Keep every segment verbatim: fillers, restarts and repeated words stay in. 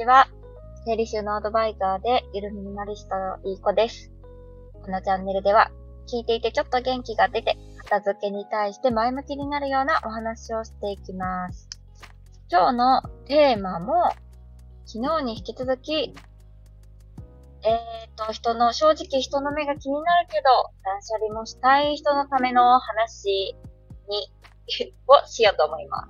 ちは。整理収納アドバイザーでゆるミニマリストのいい子です。このチャンネルでは聞いていてちょっと元気が出て片付けに対して前向きになるようなお話をしていきます。今日のテーマも昨日に引き続きえーと、人の、正直人の目が気になるけど、断捨離もしたい人のための話に、をしようと思います。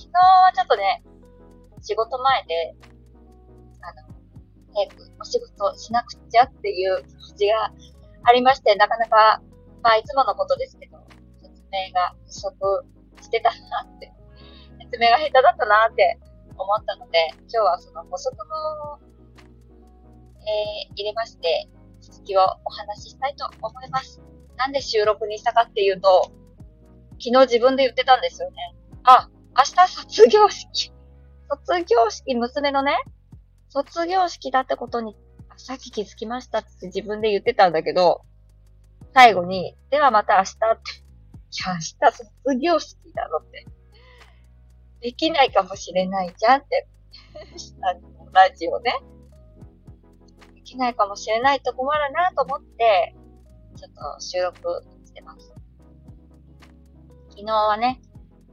昨日はちょっとね、仕事前で、あの、早くお仕事しなくちゃっていう気持ちがありまして、なかなか、まあいつものことですけど、説明が不足してたなって、説明が下手だったなって思ったので、今日はその補足も、えー、入れまして、続きをお話ししたいと思います。なんで収録にしたかっていうと、昨日自分で言ってたんですよね。あ、明日卒業式。卒業式、娘のね、卒業式だってことに、さっき気づきましたって自分で言ってたんだけど、最後に、ではまた明日って、いや、明日卒業式だろって。できないかもしれないじゃんって、ラジオね。できないかもしれないと困るなと思って、ちょっと収録してます。昨日はね、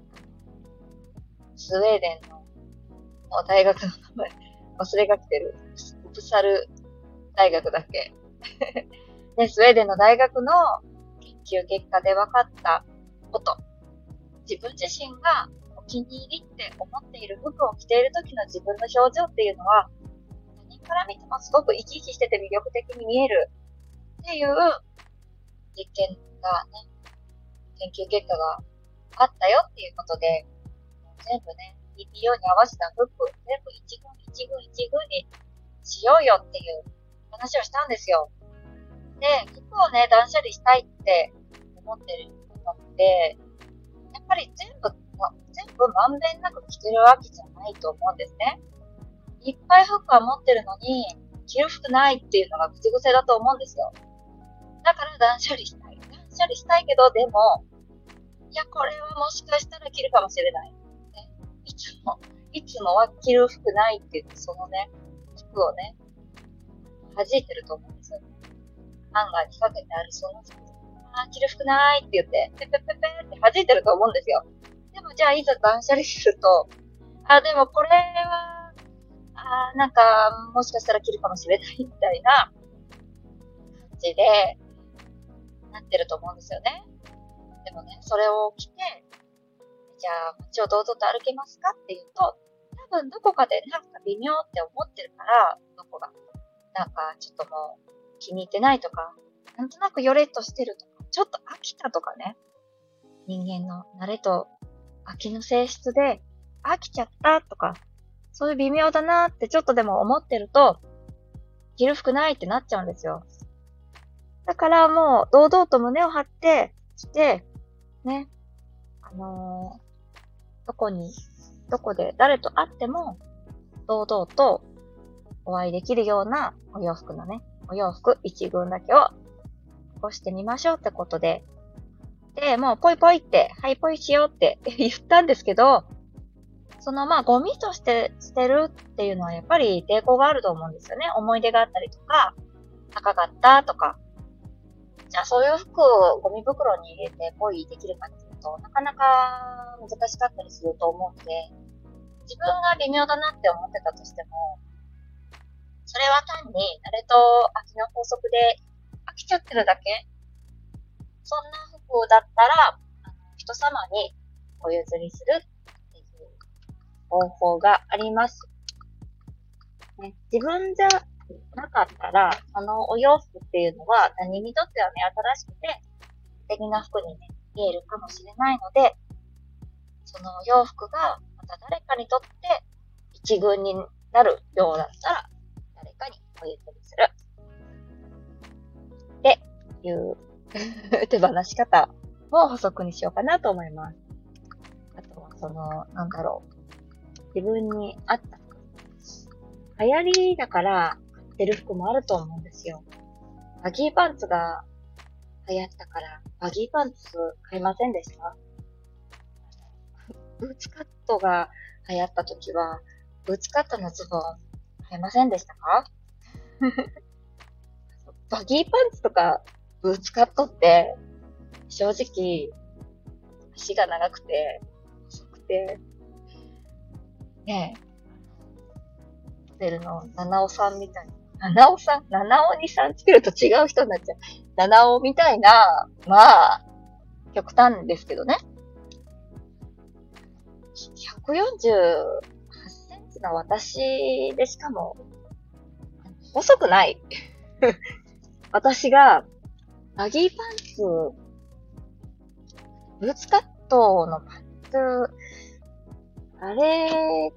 スウェーデンの大学の名前、忘れが来てる。ウプサル大学だっけで、スウェーデンの大学の研究結果で分かったこと。自分自身がお気に入りって思っている服を着ている時の自分の表情っていうのは、何から見てもすごく生き生きしてて魅力的に見えるっていう実験がね、研究結果があったよっていうことで、全部ね、ビーピーオー に合わせた服、全部一軍一軍一軍にしようよっていう話をしたんですよ。で、服をね、断捨離したいって思ってるのって、やっぱり全部、全部まんべんなく着てるわけじゃないと思うんですね。いっぱい服は持ってるのに、着る服ないっていうのが口癖だと思うんですよ。だから断捨離したい。断捨離したいけど、でも、いや、これはもしかしたら着るかもしれない。ね、いつも、いつもは着る服ないって言って、そのね、服をね、弾いてると思うんですよ。ハンガーにかけてあるその服。あー、着る服ないって言って、ペペペペって弾いてると思うんですよ。でもじゃあいざ断捨離すると、あ、でもこれは、あー、なんか、もしかしたら着るかもしれないみたいな感じで、なってると思うんですよね。でもね、それを着て、じゃあ街を堂々と歩けますかっていうと、多分どこかでなんか微妙って思ってるから、どこが。なんかちょっともう気に入ってないとか、なんとなくよれっとしてるとか、ちょっと飽きたとかね。人間の慣れと飽きの性質で飽きちゃったとか、そういう微妙だなってちょっとでも思ってると、着る服ないってなっちゃうんですよ。だからもう堂々と胸を張って着て、ね、あのー、どこに、どこで誰と会っても堂々とお会いできるようなお洋服のね、お洋服一軍だけを干してみましょうってことで、で、もうポイポイって、はいポイしようって言ったんですけど、そのまあゴミとして捨てるっていうのはやっぱり抵抗があると思うんですよね。思い出があったりとか、高かったとか。じゃあそういう服をゴミ袋に入れてポイできるかっていうと、なかなか難しかったりすると思うので、自分が微妙だなって思ってたとしても、それは単に慣れと飽きの法則で飽きちゃってるだけ。そんな服だったら、あの人様にお譲りするっていう方法があります。ね、自分じゃなかったら、そのお洋服っていうのは何にとっては目新しくて素敵な服にね、見えるかもしれないので、そのお洋服がまた誰かにとって一軍になるようだったら、誰かにお譲りする。っていう手放し方を補足にしようかなと思います。あとはその、なんだろう。自分に合った服。流行りだから買ってる服もあると思うんですよ。バギーパンツが流行ったから、バギーパンツ買いませんでした？ブーツカットが流行った時は、 ブーツカットのズボン、買えませんでしたか？バギーパンツとか、ブーツカットって、正直、足が長くて、細くて、ねえ、モデルの七尾さんみたいな。七尾さん七尾にさんつけると違う人になっちゃう。七尾みたいな、まあ、極端ですけどね。ひゃくよんじゅうはちセンチの私でしかも、細くない。私が、バギーパンツ、ブーツカットのパンツ、あれ、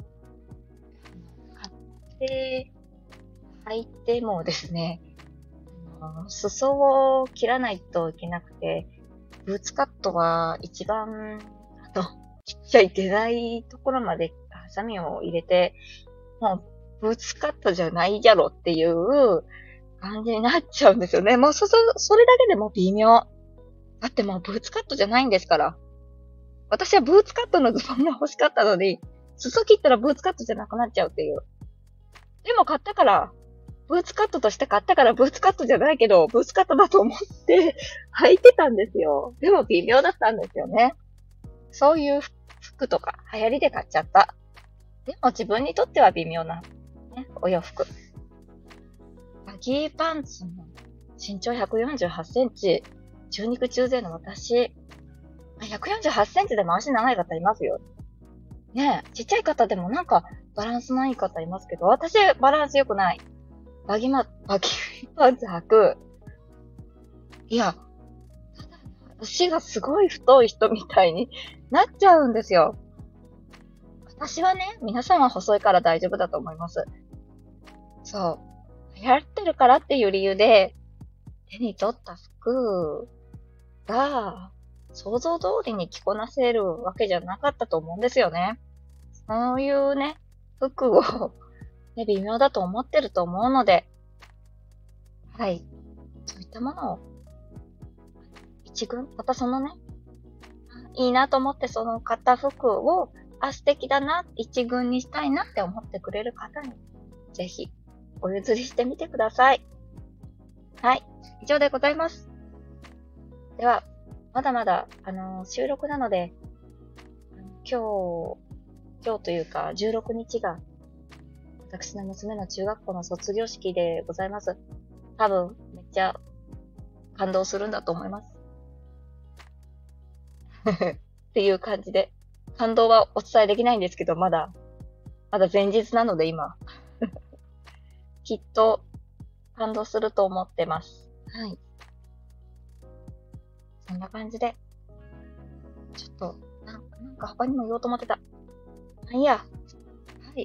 買って履いてもですね、あの裾を切らないといけなくて、ブーツカットは一番、あの、切っちゃいけないところまでハサミを入れて、もう、ブーツカットじゃないやろっていう感じになっちゃうんですよね。もうそ、そ、それだけでも微妙。だってもうブーツカットじゃないんですから。私はブーツカットのズボンが欲しかったのに、裾切ったらブーツカットじゃなくなっちゃうっていう。でも買ったから、ブーツカットとして買ったからブーツカットじゃないけど、ブーツカットだと思って履いてたんですよ。でも微妙だったんですよね。そういう服とか流行りで買っちゃった。でも自分にとっては微妙な、ね、お洋服。バギーパンツの身長ひゃくよんじゅうはちセンチ、中肉中背の私、ひゃくよんじゅうはちセンチでも足長い方いますよ。ねえ、ちっちゃい方でもなんかバランスのいい方いますけど、私バランス良くない。バギマ、バギーパンツ履く。いや、足がすごい太い人みたいになっちゃうんですよ。私はね、皆さんは細いから大丈夫だと思います。そう。流行ってるからっていう理由で、手に取った服が、想像通りに着こなせるわけじゃなかったと思うんですよね。そういうね、服をね、微妙だと思ってると思うので、はい。そういったものを、一軍、またそのね、いいなと思ってその買った服を、あ、素敵だな、一軍にしたいなって思ってくれる方に、ぜひ、お譲りしてみてください。はい。以上でございます。では、まだまだ、あのー、収録なので、今日、今日というか、じゅうろくにちが、私の娘の中学校の卒業式でございます。多分、めっちゃ、感動するんだと思います。っていう感じで、感動はお伝えできないんですけど、まだ、まだ前日なので今、きっと、感動すると思ってます。はい。そんな感じで、ちょっと、なんか、なんか他にも言おうと思ってた。あ、いいや。はい。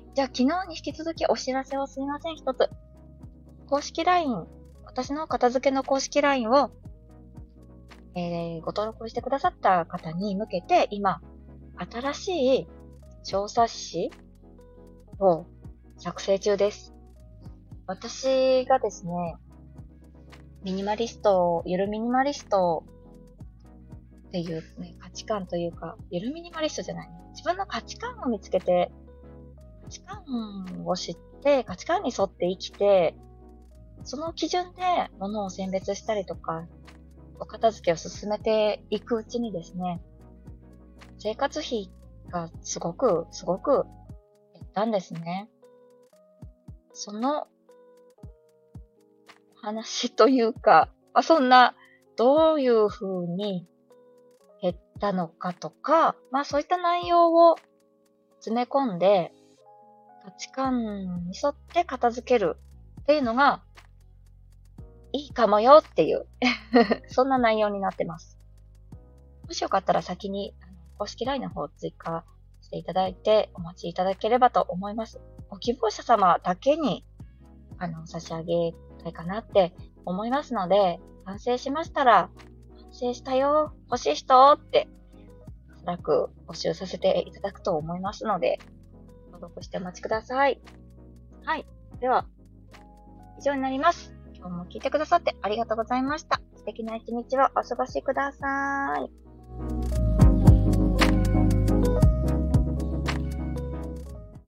じゃあ昨日に引き続きお知らせをすみません、一つ。公式 ライン、私の片付けの公式 ライン を、えー、ご登録してくださった方に向けて、今、新しい小冊子を作成中です。私がですね、ミニマリスト、ゆるミニマリストっていう、ね、価値観というか、ゆるミニマリストじゃない。自分の価値観を見つけて、価値観を知って、価値観に沿って生きて、その基準で物を選別したりとか、お片付けを進めていくうちにですね、生活費がすごく、すごく減ったんですね。その話というか、まあ、そんな、どういう風に減ったのかとか、まあそういった内容を詰め込んで、価値観に沿って片付けるっていうのが、いいかもよっていう、そんな内容になってます。もしよかったら先に公式 ライン の方を追加していただいてお待ちいただければと思います。ご希望者様だけにあの差し上げたいかなって思いますので、完成しましたら、完成したよ、欲しい人って、おそらく募集させていただくと思いますので、登録してお待ちください。はい。では、以上になります。今日も聞いてくださってありがとうございました。素敵な一日をお過ごしください。